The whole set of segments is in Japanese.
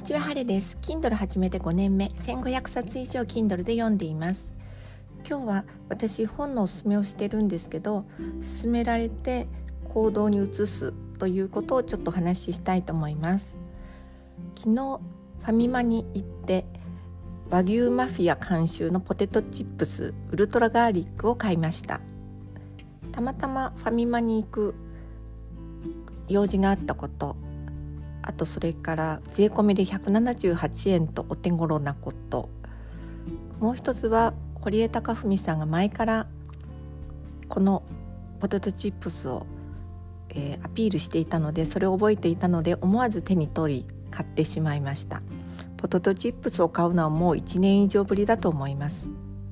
ちは、ハレです。 Kindle 始めて5年目、1500冊以上 Kindle で読んでいます。今日は私本のおすすめをしてるんですけど、勧められて行動に移すということをちょっとお話ししたいと思います。昨日ファミマに行って和牛マフィア監修のポテトチップスウルトラガーリックを買いました。たまたまファミマに行く用事があったこと、あとそれから税込みで178円とお手頃なこと、もう一つは堀江貴文さんが前からこのポテトチップスを、アピールしていたので、それを覚えていたので思わず手に取り買ってしまいました。ポテトチップスを買うのはもう1年以上ぶりだと思います。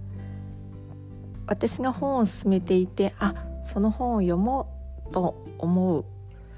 私が本を勧めていて、その本を読もうと思う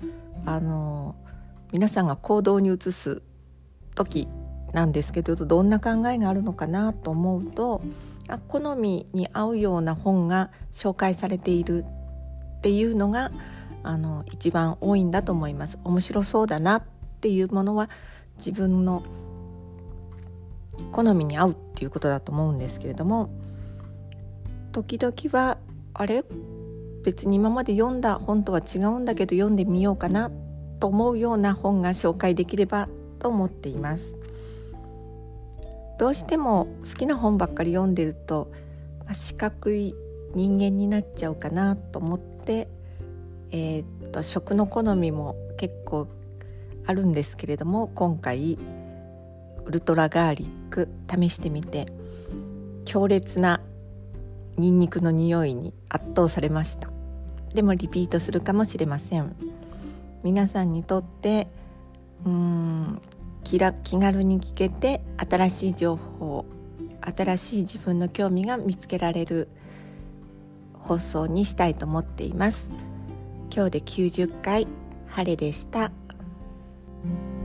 皆さんが行動に移す時なんですけど、どんな考えがあるのかなと思うと、好みに合うような本が紹介されているっていうのが一番多いんだと思います。面白そうだなっていうものは自分の好みに合うっていうことだと思うんですけれども、時々は別に今まで読んだ本とは違うんだけど読んでみようかなと思うような本が紹介できればと思っています。どうしても好きな本ばっかり読んでると、四角い人間になっちゃうかなと思って、食の好みも結構あるんですけれども、今回ウルトラガーリック試してみて、強烈なニンニクの匂いに圧倒されました。でもリピートするかもしれません。皆さんにとって気軽に聞けて、新しい情報、新しい自分の興味が見つけられる放送にしたいと思っています。今日で90回、ハレでした。